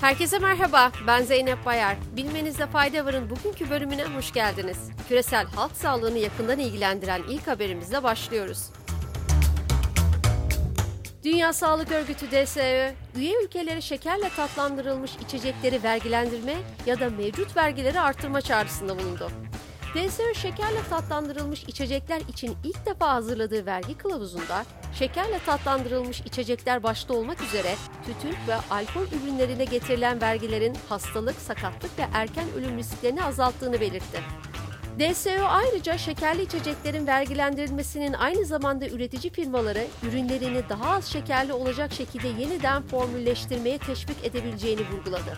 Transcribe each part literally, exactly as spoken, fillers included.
Herkese merhaba, ben Zeynep Bayar. Bilmenizde fayda varın bugünkü bölümüne hoş geldiniz. Küresel halk sağlığını yakından ilgilendiren ilk haberimizle başlıyoruz. Dünya Sağlık Örgütü D S Ö, üye ülkeleri şekerle tatlandırılmış içecekleri vergilendirme ya da mevcut vergileri artırma çağrısında bulundu. D S Ö, şekerle tatlandırılmış içecekler için ilk defa hazırladığı vergi kılavuzunda, şekerle tatlandırılmış içecekler başta olmak üzere tütün ve alkol ürünlerine getirilen vergilerin hastalık, sakatlık ve erken ölüm risklerini azalttığını belirtti. D S Ö ayrıca şekerli içeceklerin vergilendirilmesinin aynı zamanda üretici firmaları ürünlerini daha az şekerli olacak şekilde yeniden formülleştirmeye teşvik edebileceğini vurguladı.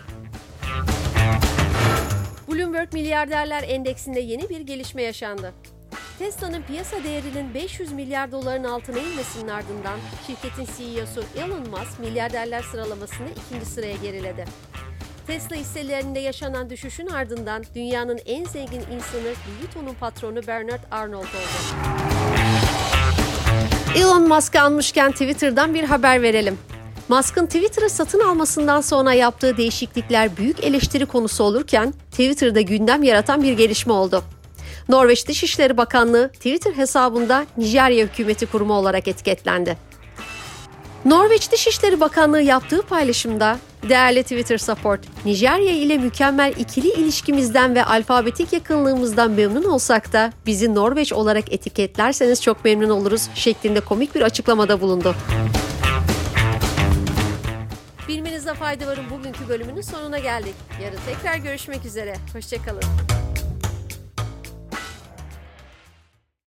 Bloomberg Milyarderler Endeksinde yeni bir gelişme yaşandı. Tesla'nın piyasa değerinin beş yüz milyar doların altına inmesinin ardından şirketin C E O'su Elon Musk milyarderler sıralamasında ikinci sıraya geriledi. Tesla hisselerinde yaşanan düşüşün ardından dünyanın en zengin insanı Louis Vuitton'un patronu Bernard Arnault oldu. Elon Musk'ı anmışken Twitter'dan bir haber verelim. Musk'ın Twitter'ı satın almasından sonra yaptığı değişiklikler büyük eleştiri konusu olurken Twitter'da gündem yaratan bir gelişme oldu. Norveç Dışişleri Bakanlığı Twitter hesabında Nijerya hükümeti kurumu olarak etiketlendi. Norveç Dışişleri Bakanlığı yaptığı paylaşımda, "Değerli Twitter Support, Nijerya ile mükemmel ikili ilişkimizden ve alfabetik yakınlığımızdan memnun olsak da bizi Norveç olarak etiketlerseniz çok memnun oluruz" şeklinde komik bir açıklamada bulundu. Bilmenizde fayda varın bugünkü bölümünün sonuna geldik. Yarın tekrar görüşmek üzere. Hoşça kalın.